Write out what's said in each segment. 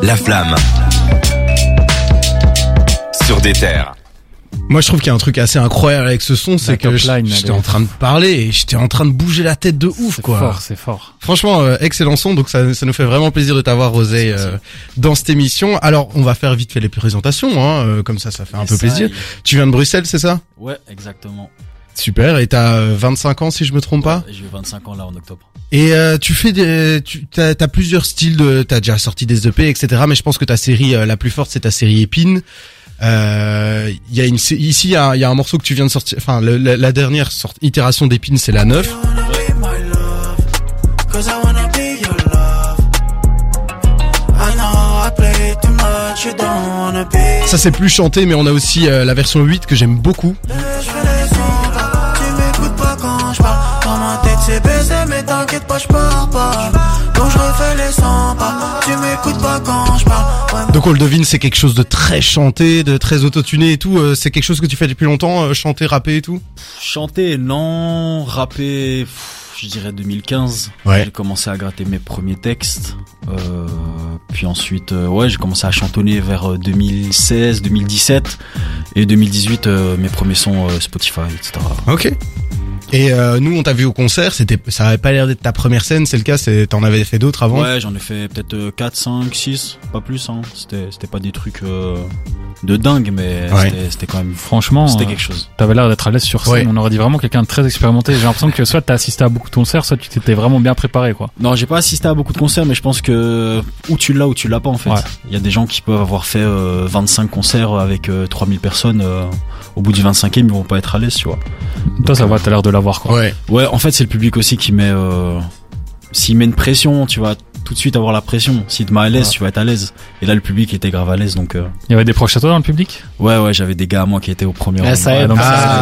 La Flamme. Sur des terres. Moi je trouve qu'il y a un truc assez incroyable avec ce son, c'est que j'étais en train de parler et j'étais en train de bouger la tête de ouf, quoi. C'est fort. Franchement, excellent son, donc ça nous fait vraiment plaisir de t'avoir, Rosé, dans cette émission. Alors, on va faire vite fait les présentations, comme ça fait un peu plaisir. Tu viens de Bruxelles, c'est ça? Ouais, exactement. Super, et t'as 25 ans si je me trompe pas? J'ai 25 ans là en octobre. Et tu fais t'as plusieurs styles t'as déjà sorti des EP, etc. Mais je pense que ta série la plus forte, c'est ta série Épine. Il y a il y a un morceau que tu viens de sortir, enfin la dernière itération d'Épine, c'est la 9. Ça c'est plus chanté, mais on a aussi la version 8 que j'aime beaucoup. C'est baisé mais t'inquiète pas, je pars pas. Quand je refais les 100 pas, tu m'écoutes pas quand je parle. Donc on le devine, c'est quelque chose de très chanté, de très autotuné et tout. C'est quelque chose que tu fais depuis longtemps, chanter, rapper et tout? Chanter, non. Rapper, je dirais 2015. Ouais. J'ai commencé à gratter mes premiers textes. Puis ensuite, j'ai commencé à chantonner vers 2016, 2017. Et 2018, mes premiers sons Spotify, etc. Ok. Et nous on t'a vu au concert, ça avait pas l'air d'être ta première scène, c'est le cas, t'en avais fait d'autres avant? Ouais, j'en ai fait peut-être 4, 5, 6, pas plus hein. C'était pas des trucs de dingue, mais c'était quand même, franchement, c'était quelque chose. T'avais l'air d'être à l'aise sur scène, on aurait dit vraiment quelqu'un de très expérimenté. J'ai l'impression que soit t'as assisté à beaucoup de concerts, soit tu t'étais vraiment bien préparé, quoi. Non, j'ai pas assisté à beaucoup de concerts, mais je pense que ou tu l'as ou tu l'as pas en fait. Il y a des gens qui peuvent avoir fait 25 concerts avec 3000 personnes, au bout du 25e ils vont pas être à l'aise, tu vois. Toi ça va, t'as l'air de l'avoir, quoi. Ouais, en fait c'est le public aussi qui met s'il met une pression, tu vas tout de suite avoir la pression. S'il te met à l'aise, tu vas être à l'aise. Et là le public était grave à l'aise, donc il y avait des proches à toi dans le public? Ouais, j'avais des gars à moi qui étaient au premier rang. Ça aide.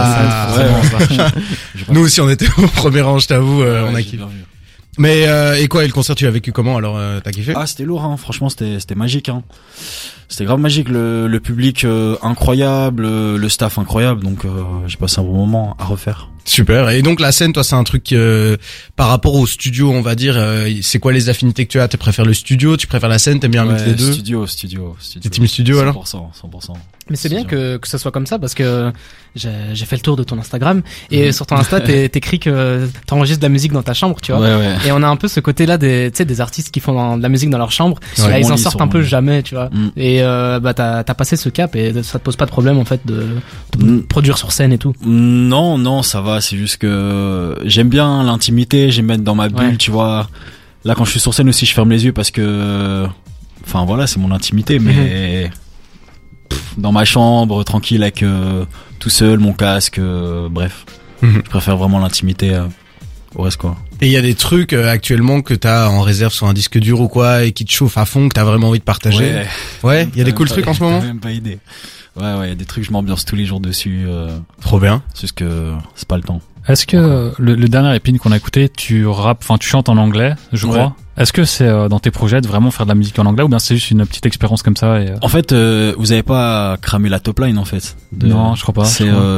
Nous aussi on était au premier rang, je t'avoue, on a kiffé. Mais et quoi, et le concert tu l'as vécu comment alors? T'as kiffé? Ah, c'était lourd, hein. Franchement c'était magique, hein. C'était grave magique, le public incroyable, le staff incroyable, donc j'ai passé un bon moment à refaire. Super. Et donc la scène, toi, c'est un truc par rapport au studio, on va dire. C'est quoi les affinités que tu as? Tu préfères le studio, tu préfères la scène, t'aimes bien un mix des deux? Studio. T'es team studio 100%, alors? 100%. Mais c'est bien que ça soit comme ça, parce que j'ai fait le tour de ton Instagram et sur ton Insta t'écris que t'enregistres de la musique dans ta chambre, tu vois. Ouais. Et on a un peu ce côté-là des artistes qui font de la musique dans leur chambre. Là, ils en sortent un peu jamais, tu vois. Et t'as passé ce cap et ça te pose pas de problème en fait de produire sur scène et tout? Non, ça va. C'est juste que j'aime bien l'intimité, j'aime être dans ma bulle, tu vois. Là, quand je suis sur scène aussi, je ferme les yeux parce que, enfin voilà, c'est mon intimité, mais dans ma chambre, tranquille, avec tout seul, mon casque, bref. Je préfère vraiment l'intimité au reste, quoi. Et il y a des trucs actuellement que t'as en réserve sur un disque dur ou quoi et qui te chauffent à fond, que t'as vraiment envie de partager? Ouais, il y a des cool trucs en ce moment? T'as même pas idée. Ouais, il y a des trucs, je m'ambiance tous les jours dessus. Trop bien. C'est juste que c'est pas le temps. Est-ce que le dernier Épine qu'on a écouté, tu chantes en anglais, je crois. Est-ce que c'est dans tes projets de vraiment faire de la musique en anglais ou bien c'est juste une petite expérience comme ça En fait, vous avez pas cramé la top line en fait. Non, je crois pas.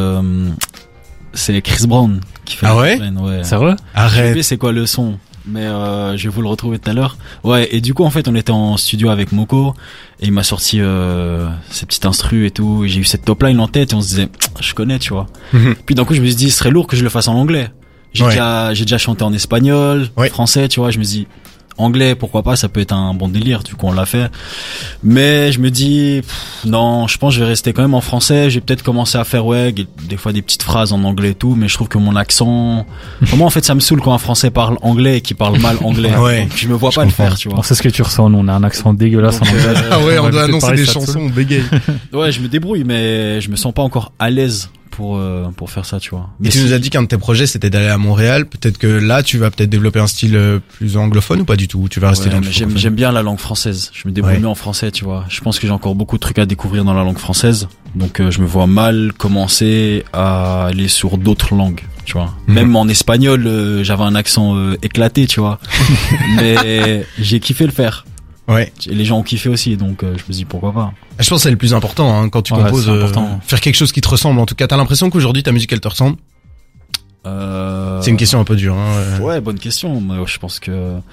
C'est Chris Brown qui fait la top line. Ouais. C'est vrai? Arrête. Je sais c'est quoi le son, mais je vais vous le retrouver tout à l'heure. Ouais, et du coup en fait on était en studio avec Moko et il m'a sorti ces petites instrus et tout. Et j'ai eu cette top line en tête et on se disait je connais, tu vois. Puis d'un coup je me suis dit ce serait lourd que je le fasse en anglais. J'ai déjà chanté en espagnol, français, tu vois. Je me dis anglais, pourquoi pas, ça peut être un bon délire, du coup on l'a fait. Mais je me dis non, je pense que je vais rester quand même en français. J'ai peut-être commencé à faire des fois des petites phrases en anglais et tout, mais je trouve que mon accent, moi en fait ça me saoule quand un français parle anglais et qu'il parle mal anglais. Donc, je me vois pas le faire, tu vois. On sait ce que tu ressens, nous on a un accent dégueulasse en anglais. On doit annoncer des chansons, on bégaye. Ouais, je me débrouille, mais je me sens pas encore à l'aise pour faire ça, tu vois. Mais tu nous as dit qu'un de tes projets c'était d'aller à Montréal. Peut-être que là tu vas peut-être développer un style plus anglophone ou pas du tout? Tu vas rester dans le j'aime bien la langue française. Je me débrouille mieux en français, tu vois. Je pense que j'ai encore beaucoup de trucs à découvrir dans la langue française. Donc je me vois mal commencer à aller sur d'autres langues, tu vois. Même en espagnol, j'avais un accent éclaté, tu vois. Mais j'ai kiffé le faire. Ouais. Et les gens ont kiffé aussi, donc je me dis pourquoi pas. Je pense que c'est le plus important quand tu composes, faire quelque chose qui te ressemble. En tout cas, t'as l'impression qu'aujourd'hui ta musique elle te ressemble? C'est une question un peu dure. Ouais, bonne question. Mais je pense que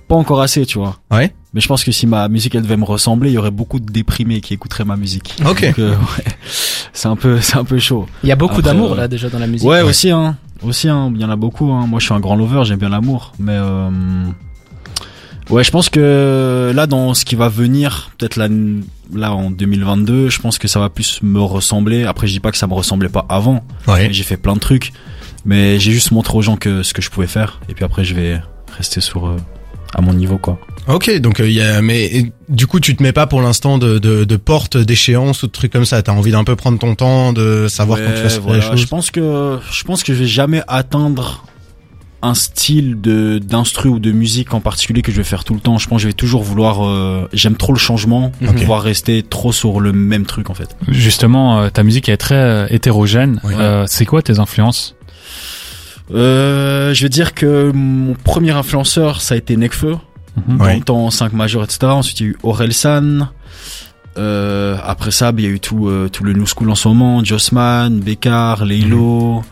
pas encore assez, tu vois. Ouais. Mais je pense que si ma musique elle devait me ressembler, il y aurait beaucoup de déprimés qui écouteraient ma musique. Ok. Donc, ouais, c'est un peu chaud. Il y a beaucoup Après, d'amour là déjà dans la musique. Ouais, aussi, il y en a beaucoup. Moi, je suis un grand lover, j'aime bien l'amour, mais ouais, je pense que là, dans ce qui va venir, peut-être là en 2022, je pense que ça va plus me ressembler. Après, je dis pas que ça me ressemblait pas avant. Ouais. J'ai fait plein de trucs, mais j'ai juste montré aux gens ce que je pouvais faire. Et puis après, je vais rester à mon niveau, quoi. Ok, donc mais du coup, tu te mets pas pour l'instant de porte d'échéance ou de trucs comme ça. T'as envie d'un peu prendre ton temps, de savoir quand tu vas faire les choses. Je pense que je vais jamais atteindre un style d'instru ou de musique en particulier que je vais faire tout le temps. Je pense que je vais toujours vouloir j'aime trop le changement pour pouvoir rester trop sur le même truc en fait. Justement, ta musique est très hétérogène. Oui. C'est quoi tes influences? Je vais dire que mon premier influenceur ça a été Nekfeu. Dans le temps 5 majeur, etc. Ensuite il y a eu Orelsan. Après ça il y a eu tout le new school en ce moment, Jossman, Bekar, Leilo.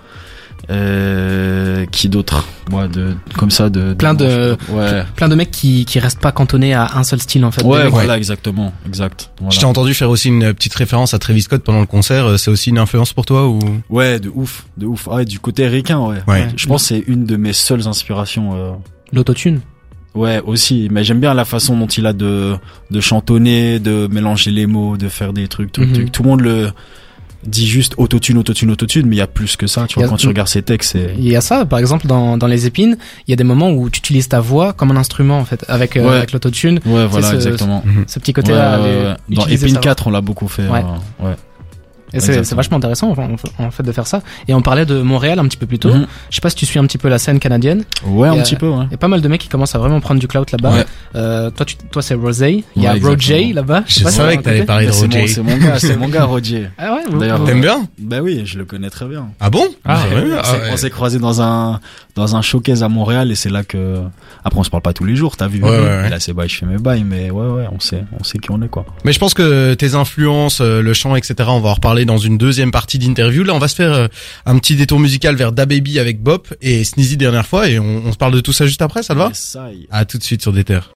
Qui d'autre? Comme ça plein de mecs qui restent pas cantonnés à un seul style en fait. Ouais, voilà, exactement, exact. Voilà. Je t'ai entendu faire aussi une petite référence à Travis Scott pendant le concert. C'est aussi une influence pour toi ou? Ouais, de ouf. Ah, ouais, du côté ricain, ouais. Je pense que c'est une de mes seules inspirations. L'autotune. Ouais, aussi. Mais j'aime bien la façon dont il a de chantonner, de mélanger les mots, de faire des trucs. Tout le monde le dit juste autotune, mais il y a plus que ça, tu vois, quand tu regardes ses textes, il y a ça, par exemple, dans les épines, il y a des moments où tu utilises ta voix comme un instrument, en fait, avec l'autotune. Ouais, voilà, exactement. Ce petit côté-là. Dans Épine 4, on l'a beaucoup fait. Ouais. Et c'est vachement intéressant en fait de faire ça. Et on parlait de Montréal un petit peu plus tôt. Je sais pas si tu suis un petit peu la scène canadienne. Ouais, un petit peu. Ouais. Il y a pas mal de mecs qui commencent à vraiment prendre du clout là-bas. Ouais. Toi c'est Rosé. Il y a Roger là-bas. Je savais que t'allais parler de Roger. C'est mon gars Roger. Ah ouais. D'ailleurs, t'aimes bien? Bah oui, je le connais très bien. Ah bon? On s'est croisés dans un showcase à Montréal et c'est là que après on se parle pas tous les jours, t'as vu. Ouais. Là c'est bail, je fais mes bails, mais ouais, on sait qui on est quoi. Mais je pense que tes influences, le chant, etc. On va en reparler dans une deuxième partie d'interview. Là, on va se faire un petit détour musical vers DaBaby avec Bop et Sneezy dernière fois et on se parle de tout ça juste après, ça te va? Yes, à tout de suite sur Des Terres.